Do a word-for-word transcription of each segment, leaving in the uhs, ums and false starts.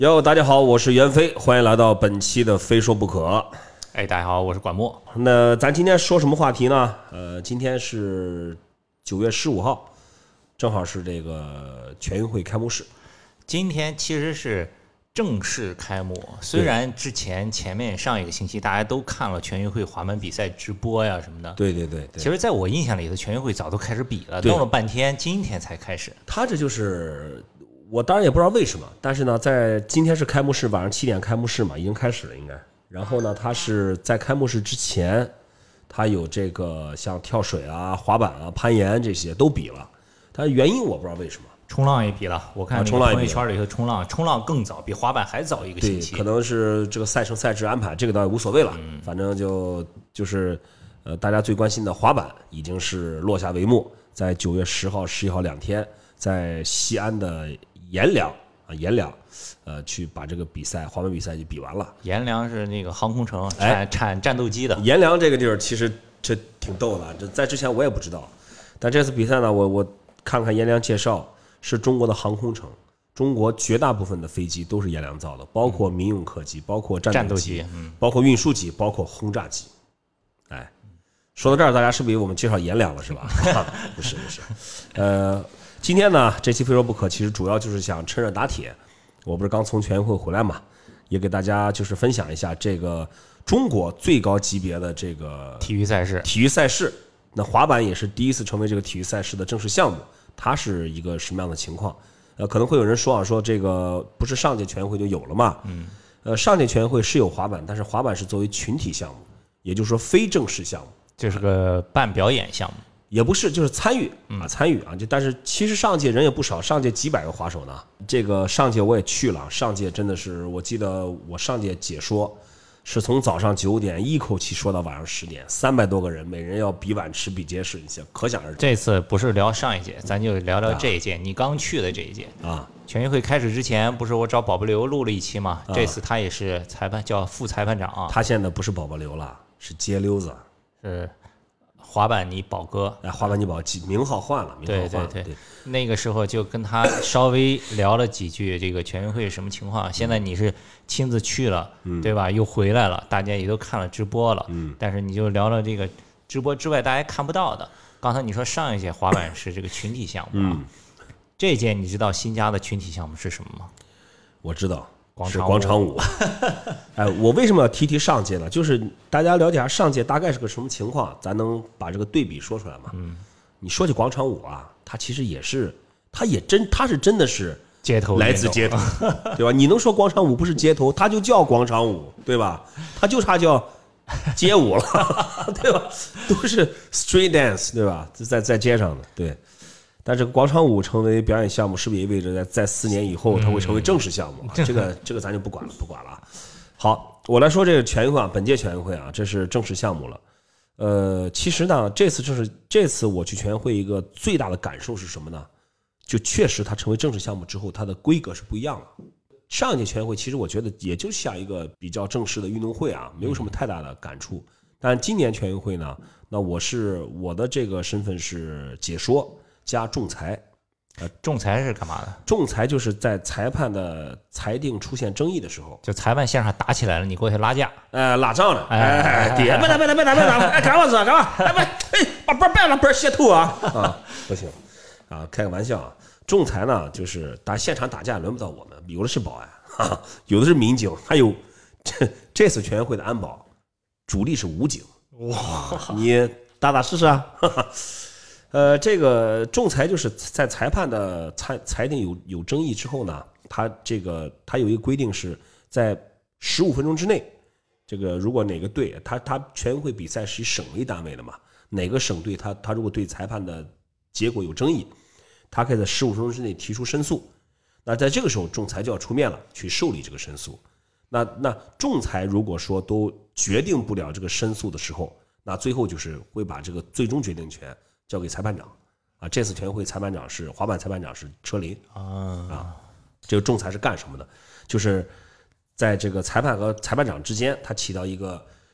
哟，大家好，我是袁飞，欢迎来到本期的非说不可。 哎，大家好，我是管墨。 那咱今天说什么话题呢？呃，今天是九月十五号，正好是这个全运会开幕式。 今天其实是正式开幕，虽然之前前面上一个星期大家都看了全运会滑板比赛直播呀什么的。 对对对对。 其实在我印象里的全运会早都开始比了，弄了半天，今天才开始。 他这就是我当然也不知道为什么，但是呢，在今天是开幕式，晚上七点开幕式嘛，已经开始了应该。然后呢，他是在开幕式之前，他有这个像跳水啊、滑板啊、攀岩这些都比了，但原因我不知道为什么。 冲浪也比了，我看那个朋友圈里头冲浪，冲浪更早，比滑板还早一个星期。 对，可能是这个赛程赛制安排，这个倒也无所谓了，嗯、反正就就是呃，大家最关心的滑板已经是落下帷幕，在九月十号、十一号两天，在西安的阎良啊阎良，呃，去把这个比赛滑板比赛就比完了。 阎良是那个航空城，产、哎、产战斗机的。 阎良这个地儿其实这挺逗的，这在之前我也不知道，但这次比赛呢，我我看看阎良介绍。是中国的航空城，中国绝大部分的飞机都是阎良造的，包括民用客机，包括战斗机， 嗯、 包括运输机，包括轰炸机。哎，说到这儿，大家是不是以为我们介绍阎良了，是吧？不是不是。呃，今天呢，这期非说不可，其实主要就是想趁热打铁。我不是刚从全运会回来嘛，也给大家就是分享一下这个中国最高级别的这个体育赛事。 体育赛事，那滑板也是第一次成为这个体育赛事的正式项目。它是一个什么样的情况？呃，可能会有人说啊，说这个不是上届全运会就有了嘛？嗯，呃，上届全运会是有滑板，但是滑板是作为群体项目，也就是说非正式项目， 这是个半表演项目， 也不是，就是参与啊，参与啊。就但是其实上届人也不少，上届几百个滑手呢。这个上届我也去了，上届真的是，我记得我上届解说。是从早上九点一口气说到晚上十点，三百多个人，每人要比碗吃比皆是，你想可想而知。 这次不是聊上一届，咱就聊聊这一届，啊、你刚去的这一届啊。 全运会开始之前，不是我找宝宝刘录了一期吗？啊、这次他也是裁判，叫副裁判长啊。 他现在不是宝宝刘了，是街溜子， 是滑板泥宝哥。 哎，滑板泥宝名号换了，名号换了。 对对对。那个时候就跟他稍微聊了几句，这个全运会是什么情况？现在你是亲自去了， 嗯、 对吧？又回来了，大家也都看了直播了。 嗯。 但是你就聊了这个直播之外大家看不到的。刚才你说上一届滑板是这个群体项目啊， 嗯、 这届你知道新加的群体项目是什么吗？ 我知道， 广是广场舞。哎，我为什么要提提上届呢？就是大家了解下上届大概是个什么情况，咱能把这个对比说出来嘛？ 嗯。 你说起广场舞啊，它其实也是，它也真，它是真的是街头， 来自街头，对吧？你能说广场舞不是街头，它就叫广场舞，对吧？它就差叫街舞了，对吧？都是 street dance， 对吧？在在街上的，对。但这个广场舞成为表演项目，是不是意味着在在四年以后它会成为正式项目？嗯、这个这个咱就不管了，不管了。好，我来说这个全运会啊，本届全运会啊，这是正式项目了。呃，其实呢，这次正是这次我去全运会一个最大的感受是什么呢？就确实它成为正式项目之后，它的规格是不一样了。上一届全运会其实我觉得也就像一个比较正式的运动会啊，没有什么太大的感触。但今年全运会呢，那我是我的这个身份是解说加仲裁。 呃，仲裁是干嘛的？ 仲裁就是在裁判的裁定出现争议的时候， 就裁判线上打起来了，你过去拉架， 呃，拉仗了，哎，别别打别打别打别打，哎，干嘛子干嘛？哎别，哎，把板别了，板卸头啊啊，不行啊，开个玩笑啊。仲裁呢，就是打现场打架轮不到我们，有的是保安，哈哈，有的是民警，还有这这次全运会的安保主力是武警，哇，你打打试试啊。哈哈呃，这个仲裁就是在裁判的裁裁定有有争议之后呢，他这个他有一个规定是在十五分钟之内，这个如果哪个队他他全运会比赛是以省为单位的嘛，哪个省队他他如果对裁判的结果有争议，他可以在十五分钟之内提出申诉，那在这个时候仲裁就要出面了，去受理这个申诉。那那仲裁如果说都决定不了这个申诉的时候，那最后就是会把这个最终决定权交给裁判长，啊，这次全运会裁判长是滑板裁判长是车林啊啊，这个仲裁是干什么的？就是在这个裁判和裁判长之间，他起到一个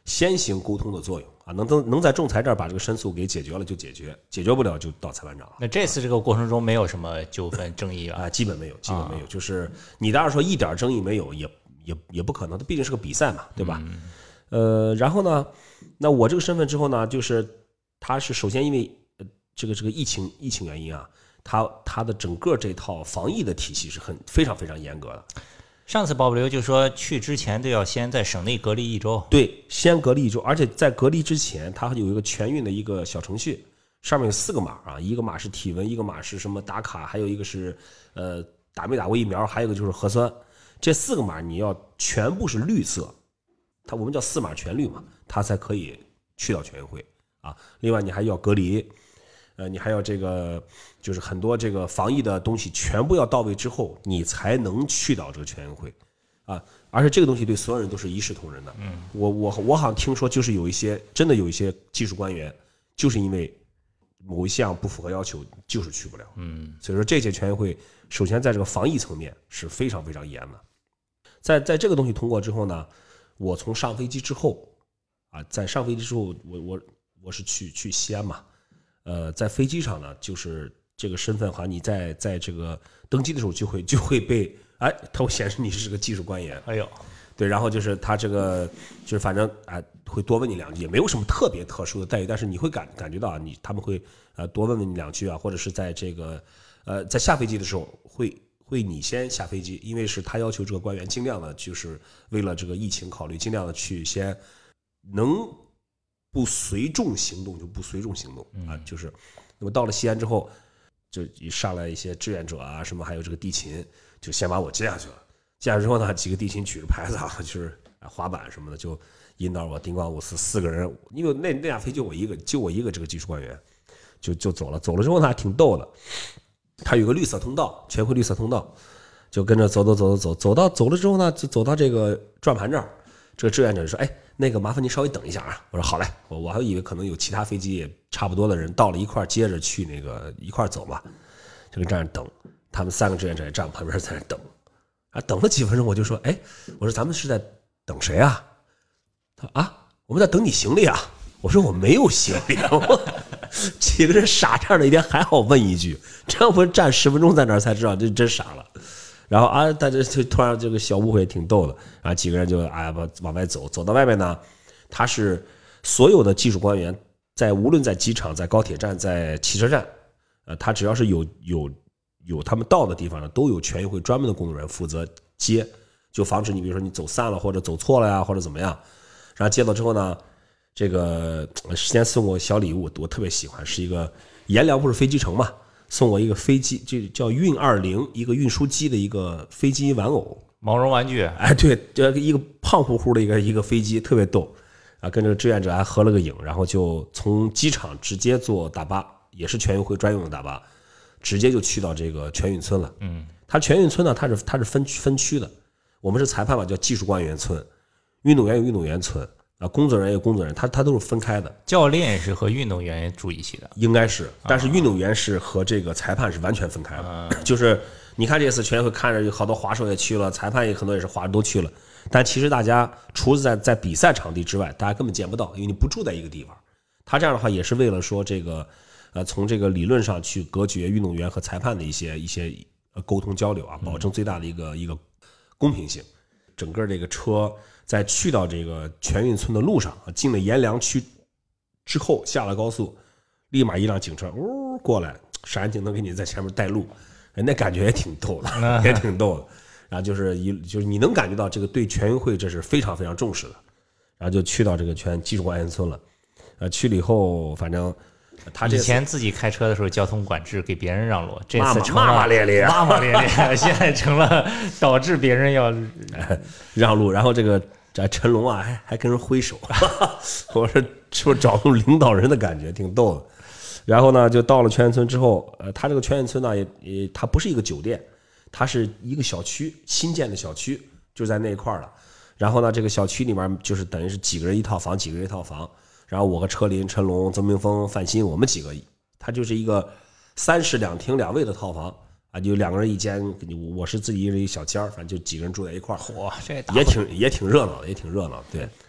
先行沟通的作用啊，能能能在仲裁这儿把这个申诉给解决了就解决，解决不了就到裁判长了。 那这次这个过程中没有什么纠纷争议啊？ 啊，基本没有，基本没有。就是你当然说一点争议没有，也也也不可能，它毕竟是个比赛嘛，对吧？ 嗯、 呃，然后呢，那我这个身份之后呢，就是他是首先因为这个这个疫情疫情原因啊，他他的整个这套防疫的体系是很非常非常严格的。 上次保不留就说去之前都要先在省内隔离一周， 对，先隔离一周，而且在隔离之前，它有一个全运的一个小程序，上面有四个码啊，一个码是体温，一个码是什么打卡，还有一个是呃打没打过疫苗，还有一个就是核酸，这四个码你要全部是绿色，它我们叫四码全绿嘛，它才可以去到全运会啊。另外你还要隔离，呃，你还要这个就是很多这个防疫的东西全部要到位之后，你才能去到这个全运会啊。而且这个东西对所有人都是一视同仁的。嗯，我我我好像听说，就是有一些真的有一些技术官员，就是因为某一项不符合要求，就是去不了。 嗯， 所以说这届全运会，首先在这个防疫层面是非常非常严的。在在这个东西通过之后呢，我从上飞机之后啊，在上飞机之后，我我我是去去西安嘛。呃，在飞机上呢，就是这个身份哈，你在在这个登机的时候就会就会被哎，它会显示你是个技术官员。 哎呦， 对，然后就是他这个就是反正哎会多问你两句，也没有什么特别特殊的待遇，但是你会感感觉到啊，你他们会呃多问问你两句啊，或者是在这个呃在下飞机的时候会会你先下飞机，因为是他要求这个官员尽量的就是为了这个疫情考虑，尽量的去先能。不随众行动就不随众行动啊，就是那么到了西安之后，就上来一些志愿者啊，什么还有这个地勤，就先把我接下去了。接下去之后呢，几个地勤举着牌子啊，就是滑板什么的，就引导我丁光五四四个人，因为那那架飞就我一个，就我一个这个技术官员，就就走了。走了之后呢，还挺逗的，他有个绿色通道，全会绿色通道，就跟着走走走走走，走到走了之后呢，就走到这个转盘这儿，这个志愿者就说：“哎。”那个麻烦您稍微等一下啊！我说好嘞，我我还以为可能有其他飞机也差不多的人到了一块儿接着去那个一块儿走嘛，就跟站着等。他们三个志愿者也站旁边在那等，啊，等了几分钟我就说，哎，我说咱们是在等谁啊？他啊，我们在等你行李啊。我说我没有行李啊。几个人傻站那一天还好问一句，这要不站十分钟在那儿才知道，这真傻了。然后啊，大家就突然这个小误会挺逗的，然后几个人就哎往往外走，走到外面呢，他是所有的技术官员在无论在机场、在高铁站、在汽车站，呃，他只要是有有有他们到的地方呢，都有全运会专门的工作人员负责接，就防止你比如说你走散了或者走错了呀，或者怎么样。然后接到之后呢，这个先送我小礼物，我特别喜欢，是一个颜良不是飞机城嘛。送我一个飞机，就叫运二零，一个运输机的一个飞机玩偶， 毛绒玩具。 哎，对，这一个胖乎乎的一个一个飞机，特别逗啊！跟这个志愿者还合了个影，然后就从机场直接坐大巴，也是全运会专用的大巴，直接就去到这个全运村了。 嗯， 它全运村呢，它是它是分分区的，我们是裁判嘛，叫技术官员村，运动员有运动员村。啊，工作人员有工作人员，他他都是分开的。 教练是和运动员住一起的， 应该是，但是运动员是和这个裁判是完全分开的。啊、就是你看这次全运会，看着有好多滑手也去了，裁判也很多也是滑都去了，但其实大家除了在在比赛场地之外，大家根本见不到，因为你不住在一个地方。他这样的话也是为了说这个，呃，从这个理论上去隔绝运动员和裁判的一些一些沟通交流啊，保证最大的一个、嗯、一个公平性。整个这个车。在去到这个全运村的路上，进了阎良区之后，下了高速，立马一辆警车呜过来，闪人警能给你在前面带路，那感觉也挺逗的，也挺逗的。然后就是一就是你能感觉到这个对全运会这是非常非常重视的。然后就去到这个全技术官员村了，呃，去了以后，反正他以前自己开车的时候交通管制给别人让路，这次成了骂骂咧咧， 骂骂咧咧，现在成了导致别人要让路，然后这个。这陈龙啊，还还跟人挥手，我说是不是找种领导人的感觉，挺逗的。然后呢，就到了全运村之后，呃，他这个全运村呢，也也它不是一个酒店，它是一个小区，新建的小区，就在那一块了。然后呢，这个小区里面就是等于是几个人一套房，几个人一套房。然后我和车林、陈龙、曾明峰、范鑫，我们几个，它就是一个三室两厅两卫的套房。啊，就两个人一间，我是自己一人一小间儿，反正就几个人住在一块儿， 嚯，这也挺也挺热闹的，也挺热闹。对，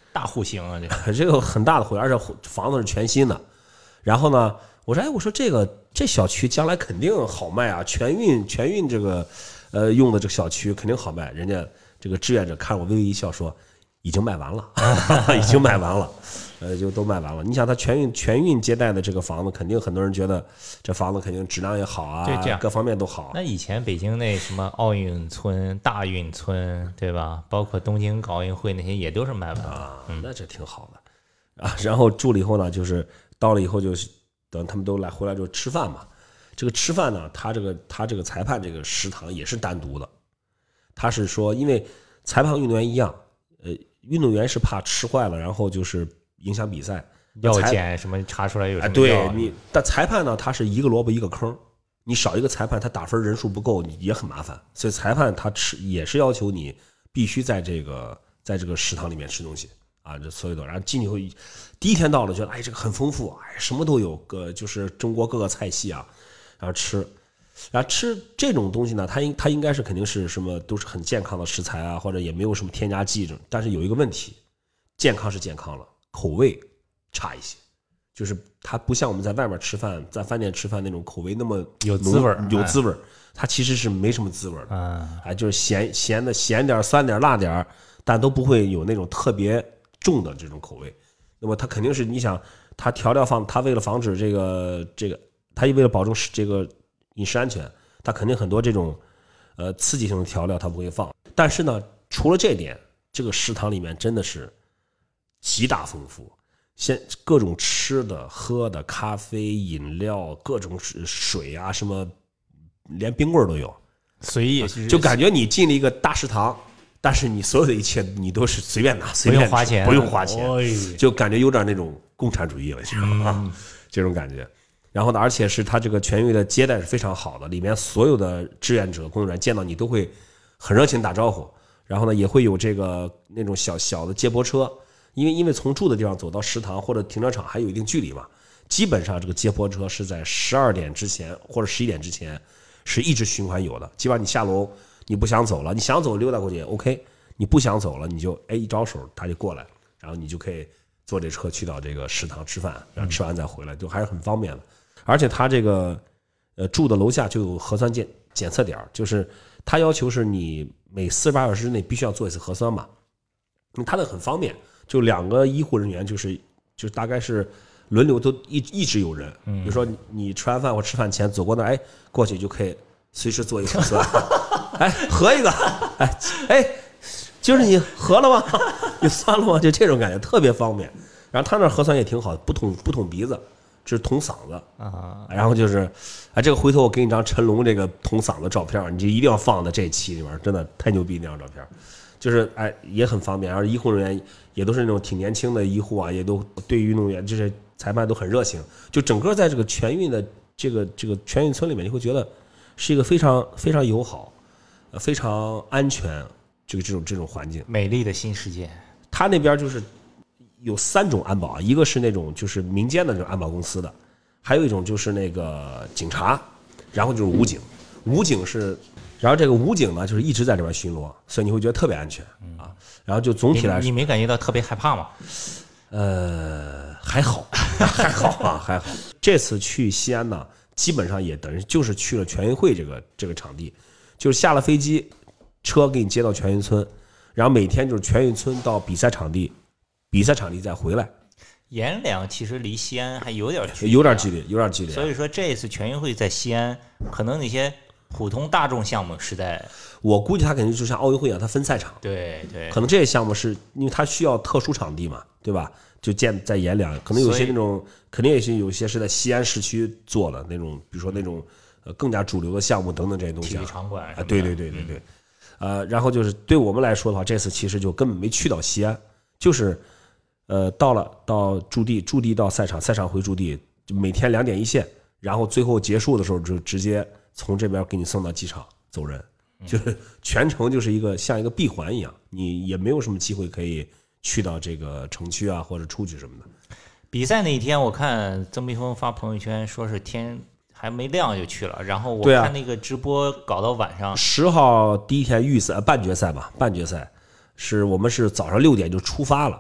大户型啊，这个这个很大的会，而且房子是全新的。然后呢，我说哎，我说这个这小区将来肯定好卖啊，全运全运这个呃用的这个小区肯定好卖。人家这个志愿者看我微微一笑说，已经卖完了，已经卖完了。呃，就都卖完了。你想，他全运全运接待的这个房子，肯定很多人觉得这房子肯定质量也好啊， 对，这样各方面都好。 那以前北京那什么奥运村、大运村，对吧？包括东京奥运会那些也都是卖完了啊，那这挺好的啊。然后住了以后呢，就是到了以后就是等他们都来回来就吃饭嘛。这个吃饭呢，他这个他这个裁判这个食堂也是单独的，他是说，因为裁判和运动员一样，呃，运动员是怕吃坏了，然后就是影响比赛， 药检什么查出来有什么药？ 对你，但裁判呢，他是一个萝卜一个坑，你少一个裁判，他打分人数不够，也很麻烦。所以裁判他吃也是要求你必须在这个在这个食堂里面吃东西啊，这所有的。然后进去后，第一天到了，觉得哎这个很丰富，哎什么都有，个就是中国各个菜系啊，然后吃，然后吃这种东西呢，它应它应该是肯定是什么都是很健康的食材啊，或者也没有什么添加剂，但是有一个问题，健康是健康了。口味差一些，就是它不像我们在外面吃饭，在饭店吃饭那种口味那么有滋味， 有滋味，它其实是没什么滋味的， 啊， 哎，就是咸咸的咸点、酸点、辣点，但都不会有那种特别重的这种口味。那么它肯定是你想，它调料放，它为了防止这个这个，它为了保证这个饮食安全，它肯定很多这种呃刺激性的调料它不会放。但是呢，除了这点，这个食堂里面真的是极大丰富，现各种吃的、喝的、咖啡、饮料，各种水啊，什么连冰棍都有， 随意， 就感觉你进了一个大食堂，但是你所有的一切你都是随便拿，随便不用花钱， 不用花钱， 哎、 就感觉有点那种共产主义了，你知道吗？嗯、这种感觉。然后呢，而且是他这个全运的接待是非常好的，里面所有的志愿者、工作人员见到你都会很热情打招呼，然后呢，也会有这个那种小小的接驳车。因为因为从住的地方走到食堂或者停车场还有一定距离嘛，基本上这个接驳车是在十二点之前或者十一点之前是一直循环有的。基本上你下楼你不想走了，你想走溜达过去 OK， 你不想走了你就哎一招手他就过来，然后你就可以坐这车去到这个食堂吃饭，然后吃完再回来，就还是很方便的。而且他这个呃住的楼下就有核酸检检测点，就是他要求是你每四十八小时之内必须要做一次核酸嘛，他的很方便。就两个医护人员，就是就大概是轮流都一一直有人，比如说你吃完饭或吃饭前走过那儿，哎，过去就可以随时做一个核酸，哎，合一个，哎哎，今儿你合了吗？你酸了吗？就这种感觉特别方便。然后他那核酸也挺好，不捅不捅鼻子，只是捅嗓子啊。然后就是，哎，这个回头我给你张陈龙这个捅嗓子照片，你就一定要放在这一期里面，真的太牛逼那张照片。就是哎也很方便，然后医护人员也都是那种挺年轻的医护啊，也都对运动员就是裁判都很热情。就整个在这个全运的这个这个全运村里面，你会觉得是一个非常非常友好、非常安全这个这种这种环境。 美丽的新世界， 他那边就是有三种安保，一个是那种就是民间的这种安保公司的，还有一种就是那个警察，然后就是武警，武警是。然后这个武警呢，就是一直在这边巡逻，所以你会觉得特别安全啊。然后就总体来说， 你, 你没感觉到特别害怕吗？ 呃，还好，还好啊，还好。这次去西安呢，基本上也等于就是去了全运会这个这个场地，就是下了飞机，车给你接到全运村，然后每天就是全运村到比赛场地，比赛场地再回来。 阎良其实离西安还有点距离， 有点距离，有点距离。 所以说这次全运会在西安，可能那些。普通大众项目是在， 我估计它肯定就像奥运会一样，它分赛场。 对对， 可能这些项目是因为它需要特殊场地嘛，对吧？就建在阎良，可能有些那种，肯定也是有些是在西安市区做的那种，比如说那种呃更加主流的项目等等这些东西。 体育场馆啊，对对对对对，呃，然后就是对我们来说的话，这次其实就根本没去到西安，就是呃到了到驻地，驻地到赛场，赛场回驻地，就每天两点一线，然后最后结束的时候就直接。从这边给你送到机场走人，就是全程就是一个像一个闭环一样，你也没有什么机会可以去到这个城区啊或者出去什么的。 比赛那一天，我看曾碧峰发朋友圈说是天还没亮就去了，然后我看那个直播搞到晚上。 十、啊、号第一天预赛半决赛吧，半决赛是我们是早上六点就出发了，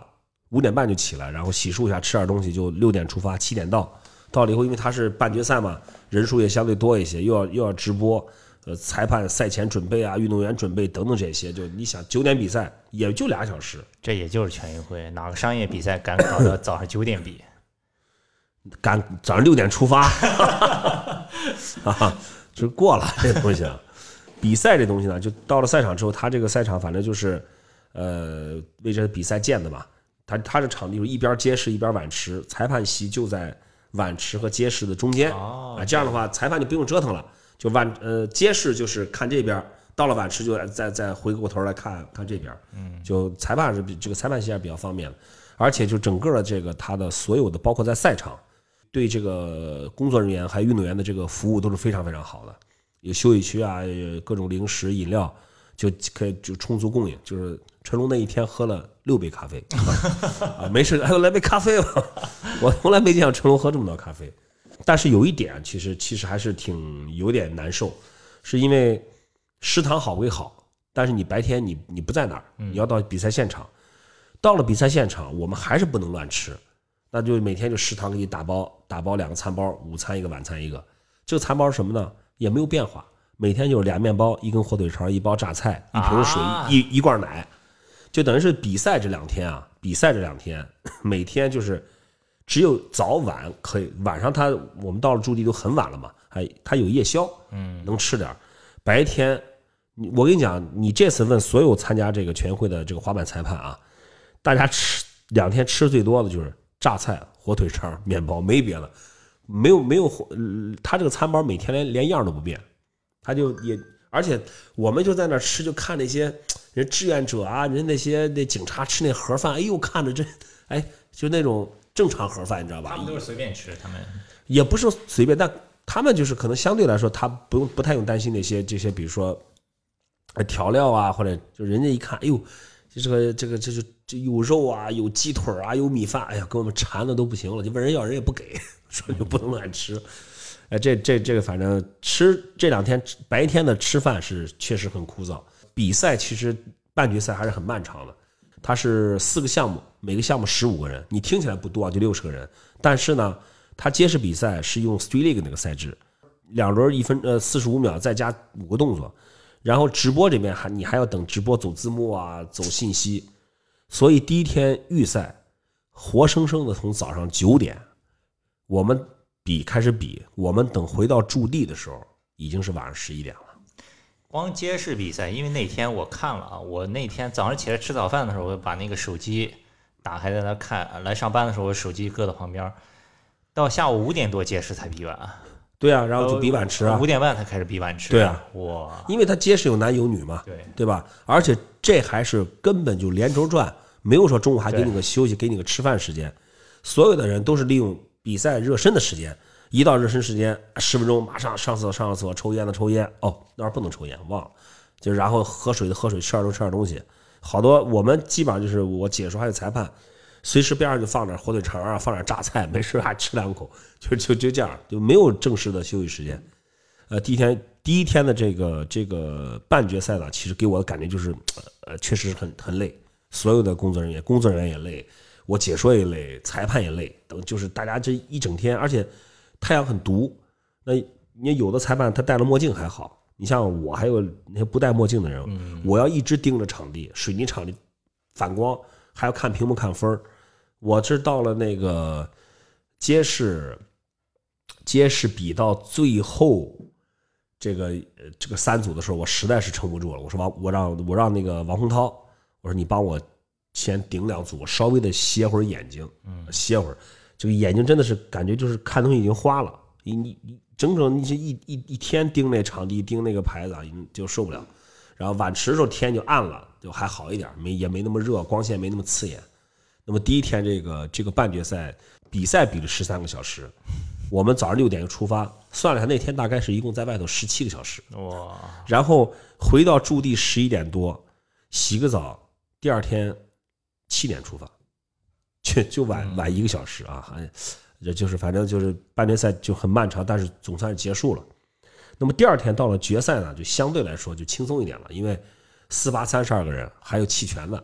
五点半就起来，然后洗漱一下，吃点东西，就六点出发，七点到。到了以后，因为他是半决赛嘛，人数也相对多一些，又要又要直播，呃，裁判赛前准备啊，运动员准备等等这些，就你想九点比赛也就俩小时， 这也就是全运会，哪个商业比赛敢搞到早上九点比？ 赶早上六点出发，啊，就过了这东西。比赛这东西呢，就到了赛场之后，他这个赛场反正就是，呃，为这比赛建的嘛。他他这场地就是一边街市一边碗池，裁判席就在碗池和街市的中间啊。这样的话，裁判就不用折腾了，就碗呃街市就是看这边，到了碗池就再再回过头来看看这边。嗯，就裁判是这个裁判席是比较方便的，而且就整个的这个他的所有的，包括在赛场，对这个工作人员还有运动员的这个服务都是非常非常好的，有休息区啊，有各种零食饮料。就可以就充足供应，就是成龙那一天喝了六杯咖啡啊，没事，还有来杯咖啡吧。我从来没见过成龙喝这么多咖啡。但是有一点，其实其实还是挺有点难受，是因为食堂好归好，但是你白天你你不在那儿，你要到比赛现场，到了比赛现场，我们还是不能乱吃，那就每天就食堂给你打包打包两个餐包，午餐一个，晚餐一个。这个餐包是什么呢？也没有变化。每天就是俩面包，一根火腿肠，一包榨菜，一瓶水，啊、一一罐奶，就等于是比赛这两天啊，比赛这两天每天就是只有早晚可以，晚上他我们到了驻地都很晚了嘛，还他有夜宵，嗯，能吃点。白天，我跟你讲，你这次问所有参加这个全会的这个滑板裁判啊，大家吃两天吃最多的就是榨菜、火腿肠、面包，没别的，没有没有，他这个餐包每天连连样都不变。他就也，而且我们就在那吃，就看那些人志愿者啊，人那些那警察吃那盒饭，哎呦，看着这，哎，就那种正常盒饭，你知道吧？ 他们都是随便吃，他们也不是随便，但他们就是可能相对来说，他不用不太用担心那些这些，比如说调料啊，或者就人家一看，哎呦，这个这个这就这有肉啊，有鸡腿啊，有米饭，哎呀，给我们馋的都不行了，就问人要人也不给，说就不能乱吃。哎，这这这个反正吃这两天白天的吃饭是确实很枯燥。比赛其实半决赛还是很漫长的，它是四个项目，每个项目十五个人，你听起来不多啊，就六十个人。但是呢，它街市比赛是用 Street League 那个赛制，两轮一分呃四十五秒再加五个动作，然后直播这边还你还要等直播走字幕啊，走信息，所以第一天预赛活生生的从早上九点，我们。比开始比，我们等回到驻地的时候，已经是晚上十一点了。 光街市比赛，因为那天我看了啊，我那天早上起来吃早饭的时候，我把那个手机打开在那看，来上班的时候我手机搁到旁边，到下午五点多街市才比完。 对啊，然后就比碗吃啊， 五点半才开始比碗吃。 对啊， 哇， 因为他街市有男有女嘛， 对对吧？而且这还是根本就连轴转，没有说中午还给你个休息，给你个吃饭时间，所有的人都是利用。比赛热身的时间，一到热身时间十分钟，马上上厕所上厕所，抽烟的抽烟，哦，那会儿不能抽烟，忘了，就然后喝水的喝水，吃点东吃点东西，好多我们基本上就是我解说还有裁判，随时边上就放点火腿肠啊，放点榨菜，没事还吃两口，就就就这样，就没有正式的休息时间。呃，第一天第一天的这个这个半决赛呢，其实给我的感觉就是，呃，确实很很累，所有的工作人员工作人员也累。我解说也累，裁判也累，等就是大家这一整天，而且太阳很毒。那你有的裁判他戴了墨镜还好，你像我还有那些不戴墨镜的人，嗯、我要一直盯着场地，水泥场地反光，还要看屏幕看分。我这到了那个街市，街市比到最后这个这个三组的时候，我实在是撑不住了。我说王，我让我让那个王洪涛，我说你帮我。先顶两组，稍微的歇会儿眼睛，嗯，歇会儿，这个眼睛真的是感觉就是看东西已经花了，你你你整整你一一一天盯那场地盯那个牌子啊，就受不了。然后晚池的时候天就暗了，就还好一点，没也没那么热，光线没那么刺眼。那么第一天这个这个半决赛比赛比了十三个小时，我们早上六点就出发，算了一下那天大概是一共在外头十七个小时， 哇！ 然后回到驻地十一点多，洗个澡，第二天。七点出发，就就晚晚一个小时啊！哎，这就是反正就是半决赛就很漫长，但是总算是结束了。那么第二天到了决赛呢，就相对来说就轻松一点了，因为四八三十二个人，还有弃权的，呃，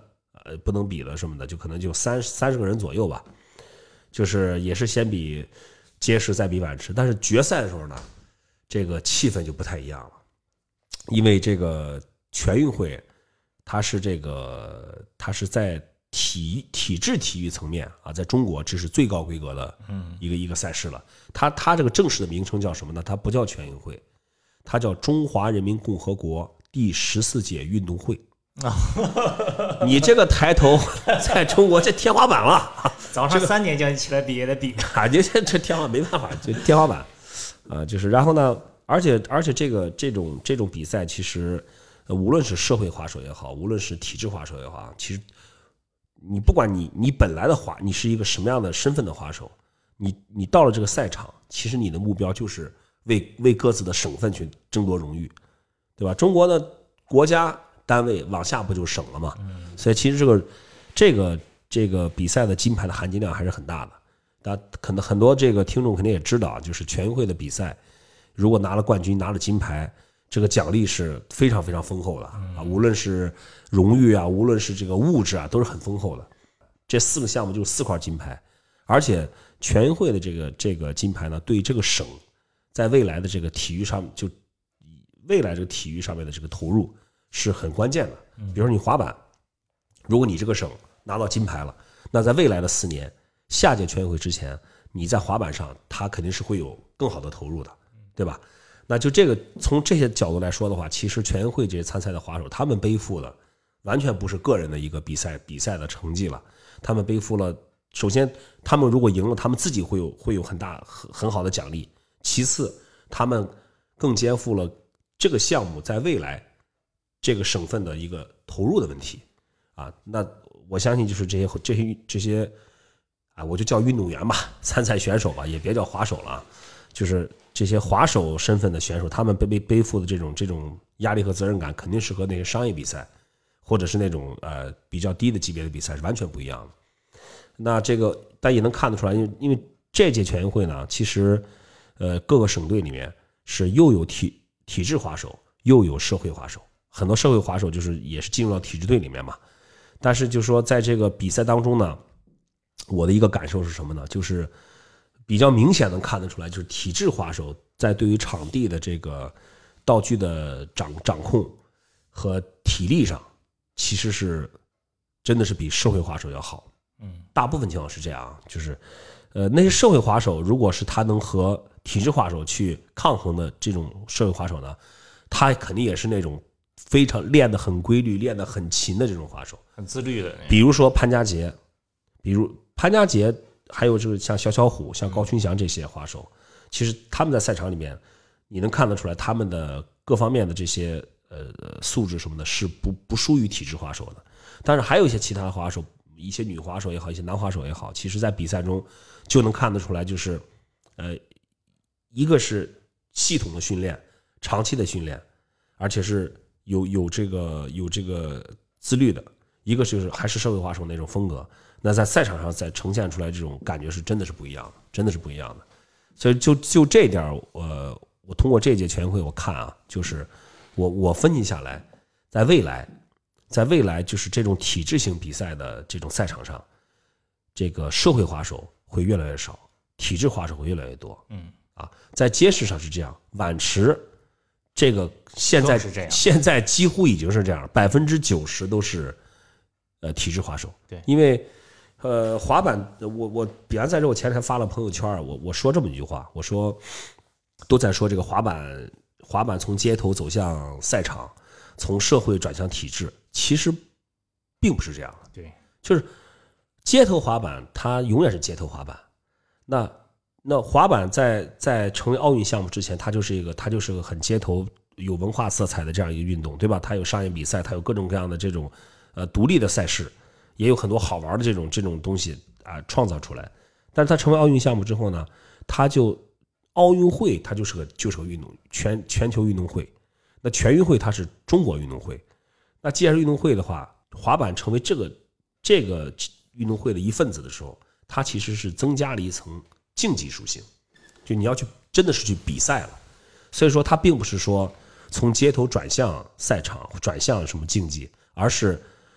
呃不能比了什么的，就可能就三三十个人左右吧，就是也是先比街市再比碗池，但是决赛的时候呢，这个气氛就不太一样了，因为这个全运会它是这个它是在体体制体育层面啊，在中国这是最高规格的一个一个赛事了。它它这个正式的名称叫什么呢？它不叫全运会，它叫中华人民共和国第十四届运动会。你这个抬头在中国这天花板了， 早上三点叫你起来比也得比啊！你这这天花板没办法，就天花板啊，就是然后呢，而且而且这个这种这种比赛，其实无论是社会滑手也好，无论是体制滑手也好，其实你不管你你本来的滑，你是一个什么样的身份的滑手，你你到了这个赛场，其实你的目标就是为为各自的省份去争夺荣誉，对吧？中国的国家单位往下不就省了吗？所以其实这个这个这个比赛的金牌的含金量还是很大的。大家可能很多这个听众肯定也知道，就是全运会的比赛，如果拿了冠军，拿了金牌，这个奖励是非常非常丰厚的啊，无论是荣誉啊，无论是这个物质啊，都是很丰厚的。这四个项目就是四块金牌，而且全运会的这个这个金牌呢，对这个省在未来的这个体育上，就未来这个体育上面的这个投入是很关键的。比如说你滑板，如果你这个省拿到金牌了，那在未来的四年，下届全运会之前，你在滑板上，它肯定是会有更好的投入的，对吧？那就这个从这些角度来说的话，其实全运会这些参赛的滑手，他们背负的完全不是个人的一个比赛比赛的成绩了，他们背负了，首先他们如果赢了，他们自己会有会有很大很很好的奖励，其次他们更肩负了这个项目在未来这个省份的一个投入的问题啊。那我相信就是这些这些这些啊，我就叫运动员吧，参赛选手吧，也别叫滑手了啊，就是这些滑手身份的选手，他们背背背负的这种这种压力和责任感，肯定是和那些商业比赛或者是那种呃比较低的级别的比赛是完全不一样的。那这个大家也能看得出来，因为因为这届全运会呢，其实呃各个省队里面是又有体体制滑手，又有社会滑手，很多社会滑手就是也是进入到体制队里面嘛。但是就是说在这个比赛当中呢，我的一个感受是什么呢？就是比较明显能看得出来，就是体制滑手在对于场地的这个道具的掌掌控和体力上，其实是真的是比社会滑手要好。嗯，大部分情况是这样，就是呃那些社会滑手，如果是他能和体制滑手去抗衡的这种社会滑手呢，他肯定也是那种非常练得很规律、练得很勤的这种滑手， 很自律的。 比如说潘家杰，比如潘家杰。还有就是像小小虎、像高群祥这些滑手，其实他们在赛场里面，你能看得出来，他们的各方面的这些呃素质什么的，是不不输于体制滑手的。但是还有一些其他滑手，一些女滑手也好，一些男滑手也好，其实在比赛中就能看得出来，就是呃，一个是系统的训练、长期的训练，而且是有有这个有这个自律的；一个就是还是社会滑手那种风格。那在赛场上再呈现出来这种感觉是真的是不一样的，真的是不一样的。所以就就这点，呃，我通过这届全运会我看啊，就是我我分析下来，在未来，在未来就是这种体制性比赛的这种赛场上，这个社会滑手会越来越少，体制滑手会越来越多。嗯，啊，在街市上是这样，碗池这个现在是这样， 现在几乎已经是这样，百分之九十都是呃体制滑手。 对， 因为。呃，滑板，我我比完赛之后，前天发了朋友圈，我我说这么一句话，我说都在说这个滑板，滑板从街头走向赛场，从社会转向体制，其实并不是这样的。 对， 就是街头滑板，它永远是街头滑板。那那滑板在在成为奥运项目之前，它就是一个它就是个很街头有文化色彩的这样一个运动，对吧？它有商业比赛，它有各种各样的这种呃独立的赛事。也有很多好玩的这种这种东西啊创造出来，但是它成为奥运项目之后呢，它就奥运会它就是个就是个运动全全球运动会，那全运会它是中国运动会，那既然是运动会的话，滑板成为这个这个运动会的一份子的时候，它其实是增加了一层竞技属性，就你要去真的是去比赛了，所以说它并不是说从街头转向赛场转向什么竞技，而是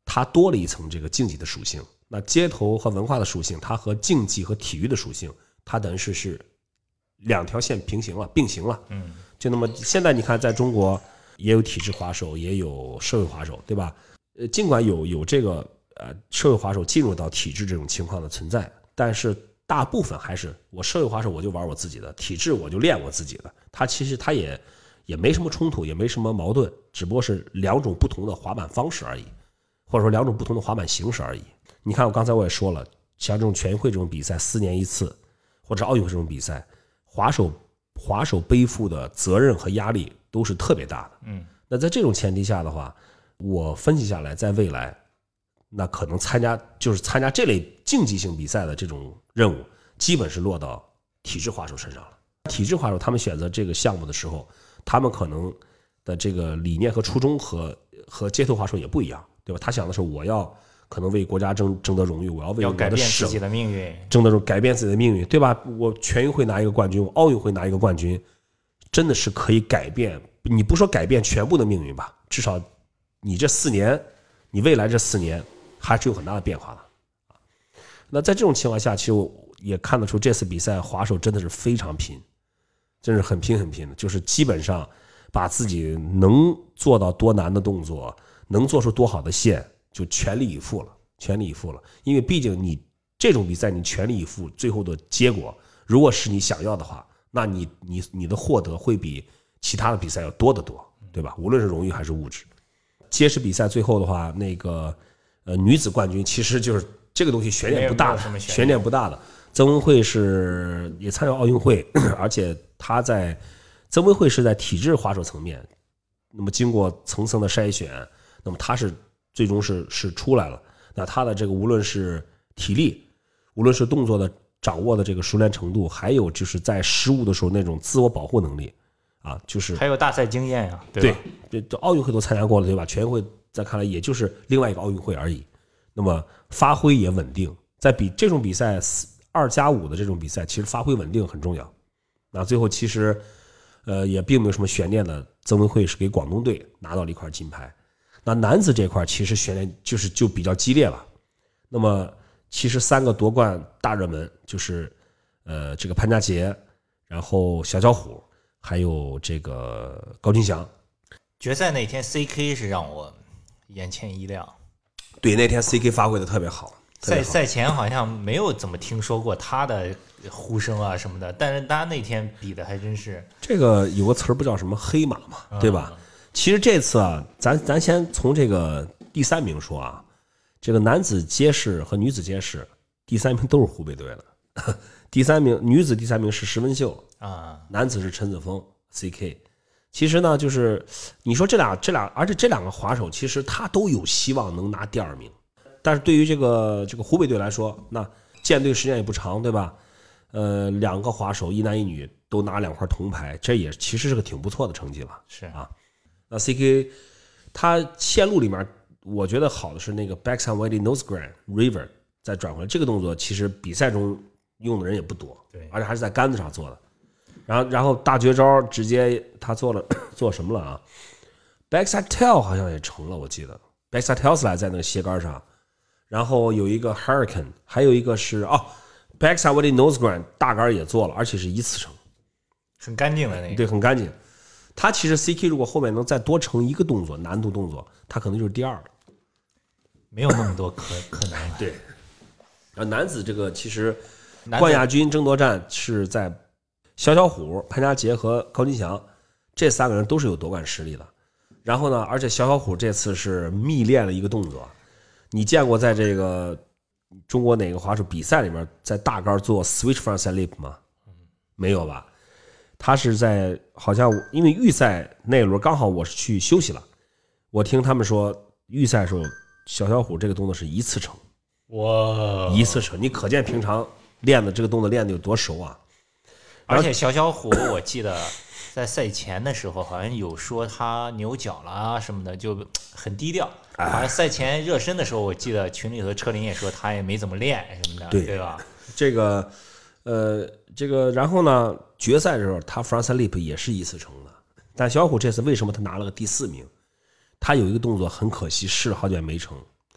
它多了一层这个竞技的属性。那街头和文化的属性，它和竞技和体育的属性，它等于是是两条线平行了，并行了。 嗯， 就那么现在你看，在中国也有体制滑手，也有社会滑手，对吧？呃，尽管有有这个呃社会滑手进入到体制这种情况的存在，但是大部分还是我社会滑手我就玩我自己的，体制我就练我自己的。它其实它也也没什么冲突，也没什么矛盾，只不过是两种不同的滑板方式而已，或者说两种不同的滑板形式而已。你看，我刚才我也说了，像这种全运会这种比赛，四年一次，或者奥运会这种比赛，滑手滑手背负的责任和压力都是特别大的。 嗯， 那在这种前提下的话，我分析下来，在未来，那可能参加就是参加这类竞技性比赛的这种任务，基本是落到体制滑手身上了。体制滑手他们选择这个项目的时候，他们可能的这个理念和初衷和和街头滑手也不一样，对吧？他想的是我要可能为国家争争得荣誉，我要为我的省自己的命运争得改变自己的命运，对吧？我全运会拿一个冠军，我奥运会拿一个冠军，真的是可以改变，你不说改变全部的命运吧，至少你这四年，你未来这四年还是有很大的变化的。那在这种情况下，其实我也看得出这次比赛滑手真的是非常拼，真是很拼很拼的，就是基本上把自己能做到多难的动作，能做出多好的线，就全力以赴了，全力以赴了。因为毕竟你这种比赛，你全力以赴，最后的结果如果是你想要的话，那你你你的获得会比其他的比赛要多得多，对吧？无论是荣誉还是物质。街式比赛最后的话，那个呃女子冠军其实就是这个东西悬念不大的，悬念不大的。曾文慧是也参加奥运会，而且她在曾文慧是在体制滑手层面，那么经过层层的筛选，那么她是最终是是出来了。那她的这个无论是体力，无论是动作的掌握的这个熟练程度，还有就是在失误的时候那种自我保护能力啊，就是还有大赛经验呀、啊，对吧？ 对，这奥运会都参加过了，对吧？全运会在看来也就是另外一个奥运会而已。那么发挥也稳定，在比这种比赛二加五的这种比赛，其实发挥稳定很重要。那最后其实呃也并没有什么悬念的，曾文慧是给广东队拿到了一块金牌。那男子这块其实悬念就是就比较激烈了。那么其实三个夺冠大热门就是呃这个潘家杰，然后小小虎，还有这个高金祥。 决赛那天 C K 是让我眼前一亮。 对，那天 C K 发挥的特别好。 赛赛前好像没有怎么听说过他的呼声啊什么的，但是他那天比的还真是。 这个有个词儿不叫什么黑马嘛，对吧？嗯、其实这次啊，咱咱先从这个第三名说啊，这个男子街式和女子街式第三名都是湖北队的，第三名女子第三名是石文秀啊， 男子是陈子峰 C K。其实呢，就是你说这俩这俩，而且这两个滑手其实他都有希望能拿第二名。但是对于这个这个湖北队来说，那建队时间也不长，对吧？呃，两个滑手一男一女都拿两块铜牌，这也其实是个挺不错的成绩了。 是啊，那 C K 他线路里面，我觉得好的是那个 backside wide nose grind river 再转回来，这个动作其实比赛中用的人也不多， 对， 而且还是在杆子上做的。然后然后大绝招直接他做了做什么了啊 ？backside tail 好像也成了，我记得 backside tail slide 在那个斜杆上。然后有一个 Hurricane， 还有一个是哦 ，backside wide nose grind 大杆也做了，而且是一次成， 很干净的那个。 对，很干净。他其实 C K 如果后面能再多成一个动作，难度动作，他可能就是第二了。 没有那么多可可能了。 对。然后男子这个其实冠亚军争夺战是在小小虎、潘家杰和高金祥这三个人都是有夺冠实力的。然后呢，而且小小虎这次是密练了一个动作。你见过在这个中国哪个滑手比赛里面在大杆做 switch frontside leap 吗？没有吧？他是在好像因为预赛那轮刚好我是去休息了，我听他们说预赛的时候小小虎这个动作是一次成， 哇， 一次成，你可见平常练的这个动作练的有多熟啊！ 而且小小虎我记得在赛前的时候好像有说他扭脚了啊什么的，就很低调。好像赛前热身的时候，我记得群里头车林也说他也没怎么练什么的， 对对吧？ 这个，呃，这个，然后呢，决赛的时候他 frontside leap 也是一次成的，但小虎这次为什么他拿了个第四名？他有一个动作很可惜，试了好久也没成，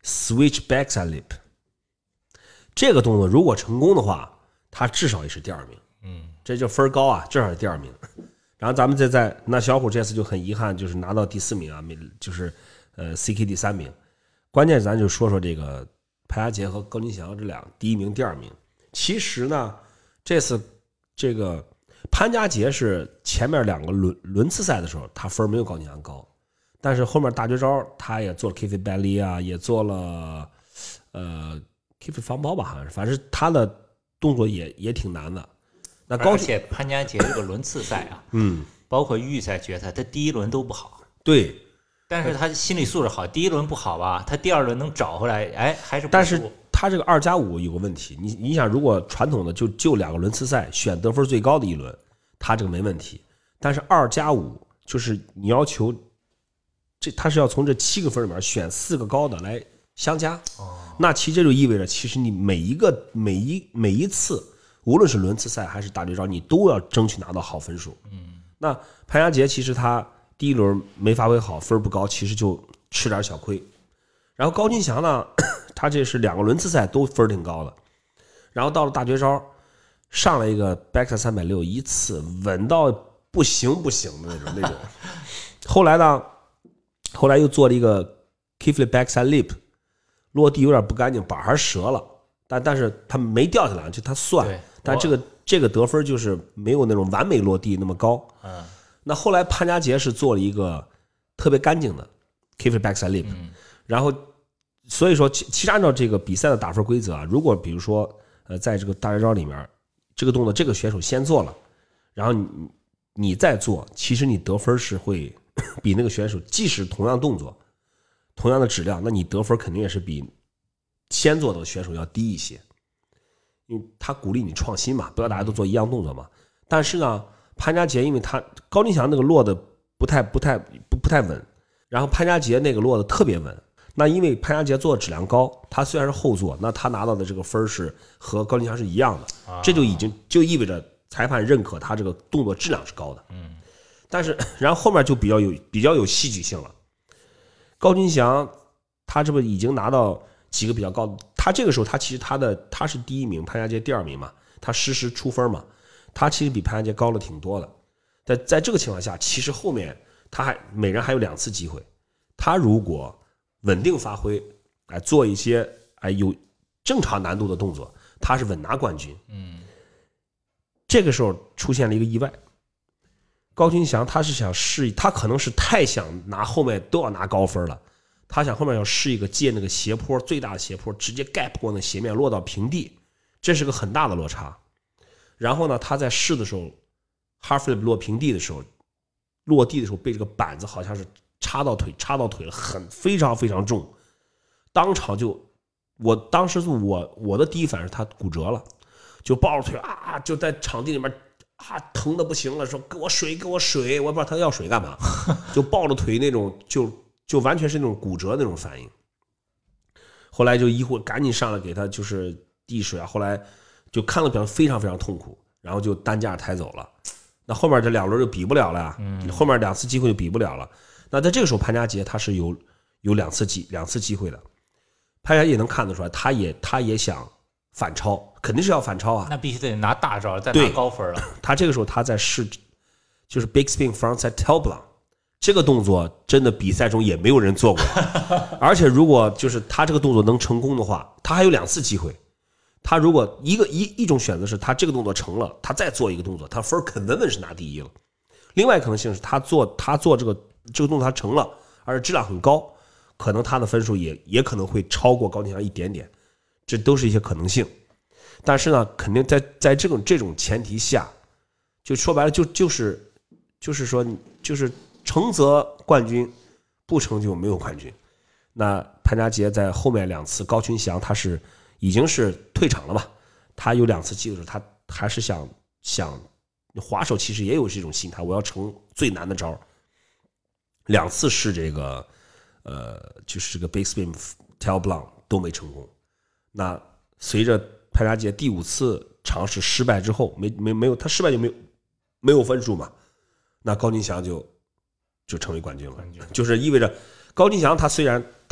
switch backside leap。这个动作如果成功的话，他至少也是第二名。 嗯， 这就分高啊，至少是第二名。然后咱们再在那小虎这次就很遗憾，就是拿到第四名啊，没就是呃 C K 第三名。关键咱就说说这个潘家杰和高金祥这俩第一名、第二名。其实呢，这次这个潘家杰是前面两个轮轮次赛的时候，他分没有高金祥高，但是后面大绝招他也做了 K F 拜利啊，也做了呃 K F 防包吧，好像是，反正他的动作也也挺难的。那高而且潘家杰这个轮次赛啊， 嗯， 包括预赛、决赛，他第一轮都不好。 对。 但是他心理素质好，第一轮不好吧，他第二轮能找回来，哎，还是不错。 但是他这个二加五有个问题，你你想，如果传统的就就两个轮次赛选得分最高的一轮，他这个没问题。但是二加五就是你要求这他是要从这七个分里面选四个高的来相加， 哦， 那其实这就意味着，其实你每一个每一每一次，无论是轮次赛还是大绝招，你都要争取拿到好分数。 嗯， 那潘家杰其实他第一轮没发挥好，分不高，其实就吃点小亏。然后高金祥呢，他这是两个轮次赛都分挺高的，然后到了大绝招，上来一个 backside 三百六，一次稳到不行不行的那种那种。后来呢，后来又做了一个 kickflip backside leap， 落地有点不干净，板还折了，但但是他没掉下来，就他算，但这个这个得分就是没有那种完美落地那么高。 嗯。 那后来潘家杰是做了一个特别干净的 kickflip backside leap，、嗯、然后所以说其其实按照这个比赛的打分规则啊，如果比如说呃在这个大绝招里面这个动作这个选手先做了，然后你你再做，其实你得分是会比那个选手即使同样动作同样的质量，那你得分肯定也是比先做的选手要低一些，因为他鼓励你创新嘛，不要大家都做一样动作嘛。但是呢，潘家杰因为他高金祥那个落的不太不太不不太稳，然后潘家杰那个落的特别稳。那因为潘家杰做的质量高，他虽然是后做，那他拿到的这个分是和高金祥是一样的，这就已经就意味着裁判认可他这个动作质量是高的。 嗯， 但是然后后面就比较有比较有戏剧性了。高金祥他这不已经拿到几个比较高的，他这个时候他其实他的他是第一名，潘家杰第二名嘛，他实时出分嘛。他其实比潘家杰高了挺多的，在在这个情况下，其实后面他还每人还有两次机会，他如果稳定发挥，哎，做一些哎有正常难度的动作，他是稳拿冠军。 嗯， 这个时候出现了一个意外，高金祥他是想试，他可能是太想拿后面都要拿高分了，他想后面要试一个借那个斜坡最大的斜坡，直接 gap 过那斜面落到平地，这是个很大的落差。然后呢，他在试的时候 half flip 落平地的时候，落地的时候被这个板子好像是插到腿，插到腿了，很非常非常重，当场就，我当时我我的第一反应是他骨折了，就抱着腿啊，就在场地里面啊疼的不行了，说给我水给我水，我也不知道他要水干嘛，就抱着腿那种，就就完全是那种骨折那种反应。后来就医护赶紧上来给他就是递水啊，后来就看了表现非常非常痛苦，然后就担架抬走了。那后面这两轮就比不了了呀，嗯、后面两次机会就比不了了。那在这个时候，潘家杰他是有有两次机两次机会的，潘家杰也能看得出来，他也他也想反超，肯定是要反超啊。 那必须得拿大招，再拿高分了。 他这个时候他在试，就是 big spin frontside tail blanc 这个动作，真的比赛中也没有人做过。而且如果就是他这个动作能成功的话，他还有两次机会。他如果一个一一种选择是他这个动作成了，他再做一个动作，他分肯稳稳是拿第一了。另外可能性是他做他做这个这个动作他成了，而且质量很高，可能他的分数也也可能会超过高金祥一点点，这都是一些可能性。但是呢，肯定在在这种这种前提下，就说白了就就是就是说就是成则冠军，不成就没有冠军。那潘家杰在后面两次，高群祥他是已经是退场了吧？他有两次机会的时候，他还是想想滑手，其实也有这种心态，我要成最难的招。两次试这个，呃，就是这个 big spin tail blanc 都没成功。那随着潘家杰第五次尝试失败之后，没没没有他失败就没有没有分数嘛？那高金祥就就成为冠军了，就是意味着高金祥他虽然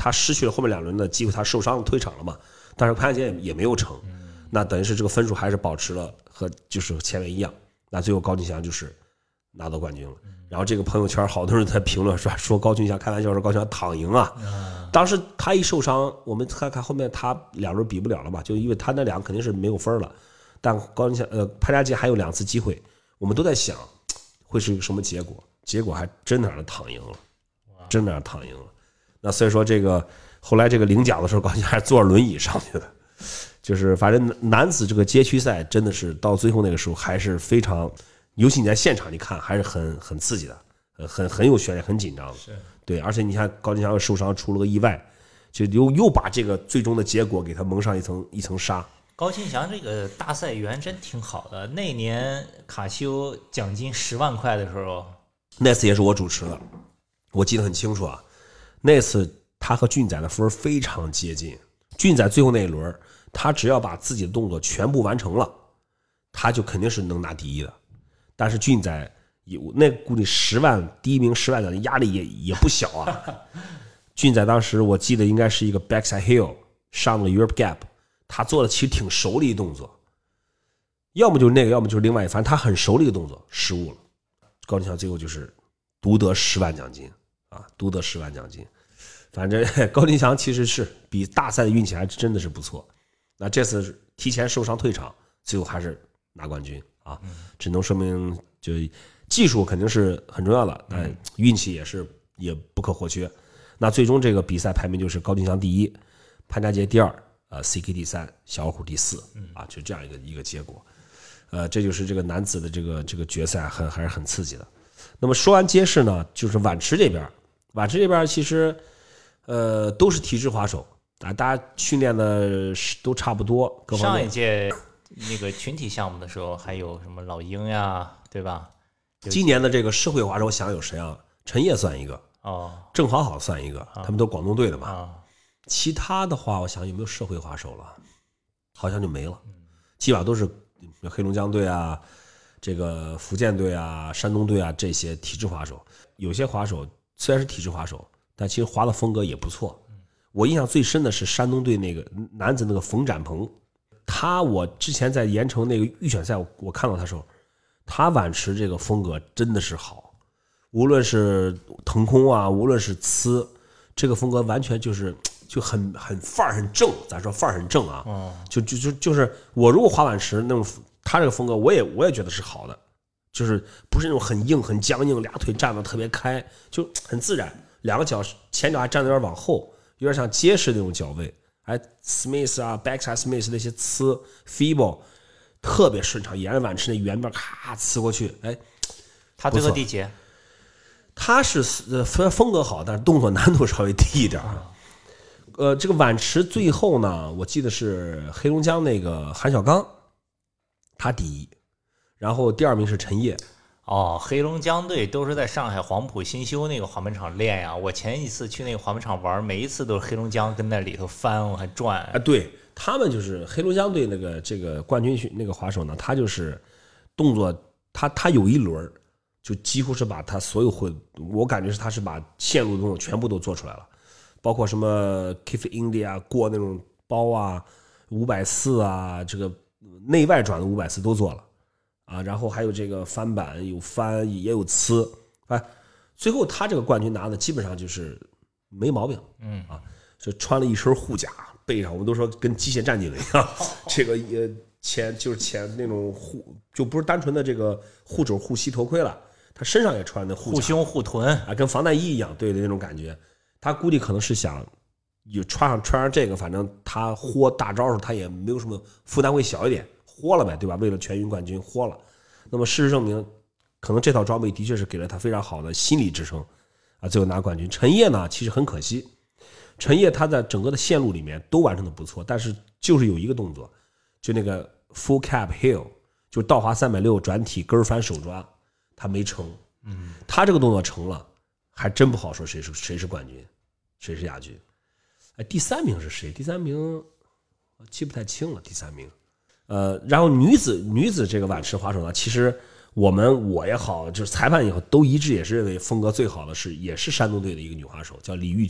他失去了后面两轮的机会，他受伤退场了嘛，但是潘家杰也没有成，那等于是这个分数还是保持了和就是前面一样，那最后高俊祥就是拿到冠军了。然后这个朋友圈好多人在评论说说高俊祥开玩笑说高俊祥躺赢啊，当时他一受伤，我们看看后面他两轮比不了了嘛，就因为他那两个肯定是没有分了，但高俊祥呃潘家杰还有两次机会，我们都在想会是一个什么结果，结果还真的让他躺赢了，真的让他躺赢了。那所以说这个后来这个领奖的时候，高俊祥还是坐着轮椅上去的，就是反正男子这个街区赛真的是到最后那个时候还是非常。尤其你在现场，你看还是很很刺激的，很很有悬念，很紧张的。 是对，而且你看高俊祥又受伤，出了个意外，就又又把这个最终的结果给他蒙上一层一层纱。 高俊祥这个大赛员真挺好的，那年卡西欧奖金十万块的时候， 那次也是我主持的，我记得很清楚啊。那次他和俊仔的分非常接近，俊仔最后那一轮，他只要把自己的动作全部完成了，他就肯定是能拿第一的。但是俊仔有那估计十万第一名十万的压力也也不小啊。俊仔当时我记得应该是一个 backside heel 上了 Europe Gap， 他做的其实挺熟的一动作，要么就是那个，要么就是另外一，反正他很熟的一个动作失误了。高俊祥最后就是独得十万奖金啊，独得十万奖金。反正高俊祥其实是比大赛的运气还真的是不错。那这次提前受伤退场，最后还是拿冠军。啊，只能说明就技术肯定是很重要的，但运气也是也不可或缺。那最终这个比赛排名就是高俊祥第一，潘家杰第二，呃 C K 第三，小老虎第四，啊，就这样一个一个结果。呃，这就是这个男子的这个这个决赛很还是很刺激的。那么说完街式呢，就是碗池这边，碗池这边其实呃都是体制滑手啊，大家训练的都差不多，各方面。 上一届。那个群体项目的时候，还有什么老鹰呀，对吧？ 今年的这个社会滑手，我想有谁啊？陈烨算一个， 哦， 郑好好算一个，他们都广东队的嘛。 啊， 其他的话，我想有没有社会滑手了？好像就没了，基本上都是黑龙江队啊，这个福建队啊、山东队啊这些体制滑手。有些滑手虽然是体制滑手，但其实滑的风格也不错。我印象最深的是山东队那个男子那个冯展鹏。他我之前在盐城那个预选赛，我我看到他时候，他碗池这个风格真的是好，无论是腾空啊，无论是呲，这个风格完全就是就很很范儿很正，咱说范儿很正啊，就就就就是我如果滑碗池那种，他这个风格我也我也觉得是好的，就是不是那种很硬很僵硬，俩腿站得特别开，就很自然，两个脚前脚还站得有点往后，有点像街式那种脚位。哎 ，Smith 啊 ，Backside Smith 那些呲 ，Feeble 特别顺畅，沿着碗池那圆边咔呲过去，哎， 他最后第几？ 他是呃风格好，但是动作难度稍微低一点。呃，这个碗池最后呢，我记得是黑龙江那个韩小刚，他第一，然后第二名是陈烨。 哦，黑龙江队都是在上海黄埔新修那个滑板场练呀。我前一次去那个滑板场玩，每一次都是黑龙江跟那里头翻，我还转。 啊，对他们就是黑龙江队那个这个冠军那个滑手呢，他就是动作，他他有一轮就几乎是把他所有会，我感觉是他是把线路动作全部都做出来了，包括什么 Kiff India 过那种包啊，五百四啊，这个内外转的五百四都做了。啊，然后还有这个翻板，有翻也有呲，哎，最后他这个冠军拿的基本上就是没毛病， 嗯啊，就穿了一身护甲，背上我们都说跟机械战警一样，这个也前就是前那种护，就不是单纯的这个护肘护膝头盔了，他身上也穿的护护胸护臀啊，跟防弹衣一样，对的那种感觉。他估计可能是想有穿上穿上这个，反正他豁大招时候他也没有什么负担，会小一点。豁了呗，对吧？为了全运冠军豁了。那么事实证明，可能这套装备的确是给了他非常好的心理支撑啊，最后拿冠军。陈烨呢，其实很可惜，陈烨他在整个的线路里面都完成的不错，但是就是有一个动作，就那个 full cap heel， 就倒滑三百六转体跟翻手抓，他没成。 嗯， 他这个动作成了，还真不好说谁是谁是冠军，谁是亚军。哎，第三名是谁？第三名我记不太清了，第三名。呃，然后女子女子这个碗池滑手呢，其实我们我也好，就是裁判也好，都一致也是认为风格最好的是也是山东队的一个女滑手，叫李玉娟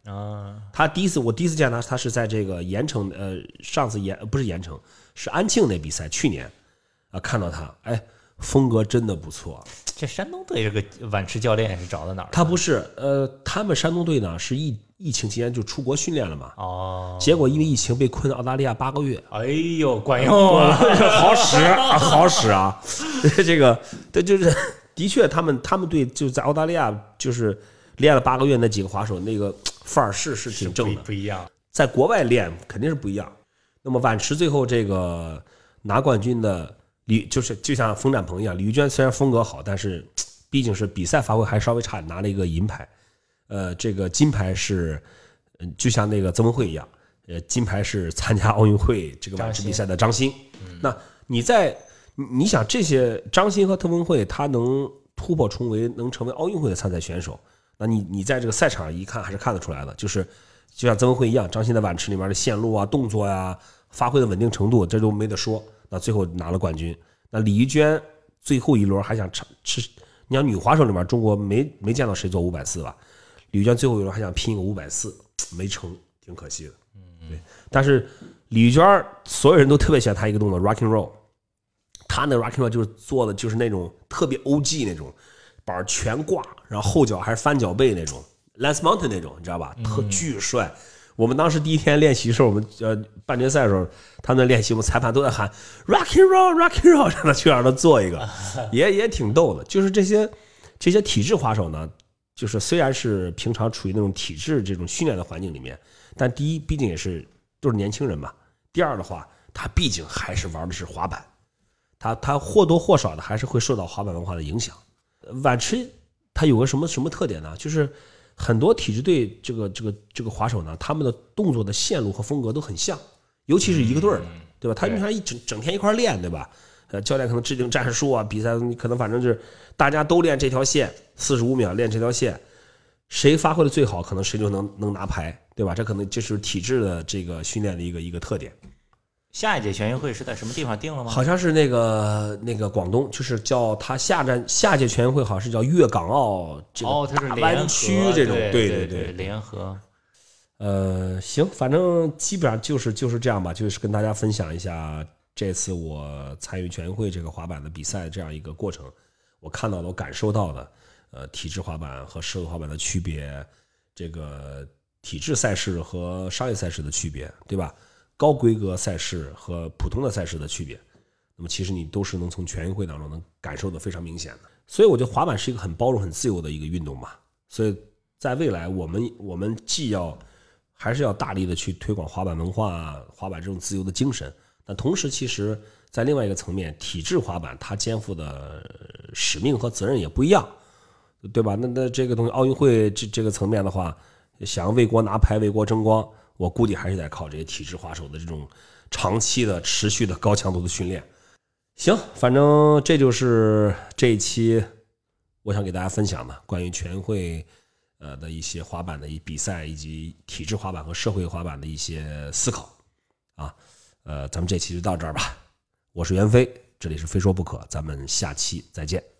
啊， 他第一次我第一次见他，他是在这个盐城，呃，上次盐不是盐城，是安庆那比赛，去年啊看到他，哎，风格真的不错。 这山东队这个碗池教练是找到哪儿？ 他不是，呃，他们山东队呢是疫疫情期间就出国训练了嘛， 哦， 结果因为疫情被困在澳大利亚八个月。 哎呦，管用啊， 好使啊，好使啊！这个，这就是的确，他们他们队就在澳大利亚就是练了八个月，那几个滑手那个范儿是是挺正的， 不一样。 在国外练肯定是不一样。那么碗池最后这个拿冠军的李，就是就像冯展鹏一样，李玉娟虽然风格好，但是毕竟是比赛发挥还稍微差，拿了一个银牌。呃，这个金牌是，嗯，就像那个曾文慧一样，呃，金牌是参加奥运会这个碗池比赛的张欣。那你在你想这些张欣和滕文慧，他能突破重围，能成为奥运会的参赛选手，那你你在这个赛场上一看还是看得出来的，就是就像曾文慧一样，张欣在碗池里面的线路啊、动作呀、发挥的稳定程度，这都没得说。那最后拿了冠军。那李玉娟最后一轮还想吃吃，你想女滑手里面，中国没没见到谁做五百四吧？李玉娟最后一轮还想拼个五百四，没成，挺可惜的。嗯，对。但是李玉娟所有人都特别喜欢她一个动作 ，rocking roll。她那 rocking roll 就是做的就是那种特别 O G 那种，板全挂，然后后脚还是翻脚背那种 ，Lance Mountain 那种，你知道吧？特巨帅。我们当时第一天练习的时候，我们呃半决赛的时候，他们练习，我们裁判都在喊 rocking roll，rocking roll， 让他去让他做一个，也也挺逗的。就是这些这些体质滑手呢。就是虽然是平常处于那种体制这种训练的环境里面，但第一毕竟也是都是年轻人嘛。第二的话，他毕竟还是玩的是滑板，他他或多或少的还是会受到滑板文化的影响。碗池它有个什么什么特点呢？就是很多体制队这个这个这个滑手呢，他们的动作的线路和风格都很像，尤其是一个队的，对吧？他经常一整整天一块练，对吧？呃，教练可能制定战术啊，比赛可能反正就是大家都练这条线，四十五秒练这条线，谁发挥的最好，可能谁就能能拿牌，对吧？这可能就是体制的这个训练的一个一个特点。 下一届全运会是在什么地方定了吗？ 好像是那个那个广东，就是叫他下站下届全运会好像是叫粤港澳这个大湾区这种， 对对对，联合。 呃，行，反正基本上就是就是这样吧，就是跟大家分享一下。这次我参与全运会这个滑板的比赛这样一个过程，我看到的、我感受到的，呃，体制滑板和社会滑板的区别，这个体制赛事和商业赛事的区别，对吧？高规格赛事和普通的赛事的区别，那么其实你都是能从全运会当中能感受的非常明显的。所以我觉得滑板是一个很包容、很自由的一个运动嘛。所以在未来，我们我们既要还是要大力的去推广滑板文化、滑板这种自由的精神。但同时，其实，在另外一个层面，体制滑板它肩负的使命和责任也不一样，对吧？那那这个东西，奥运会这这个层面的话，想为国拿牌、为国争光，我估计还是得靠这些体制滑手的这种长期的、持续的高强度的训练。行，反正这就是这一期我想给大家分享的关于全运会呃的一些滑板的比赛，以及体制滑板和社会滑板的一些思考啊。呃，咱们这期就到这儿吧。我是袁飞，这里是非说不可，咱们下期再见。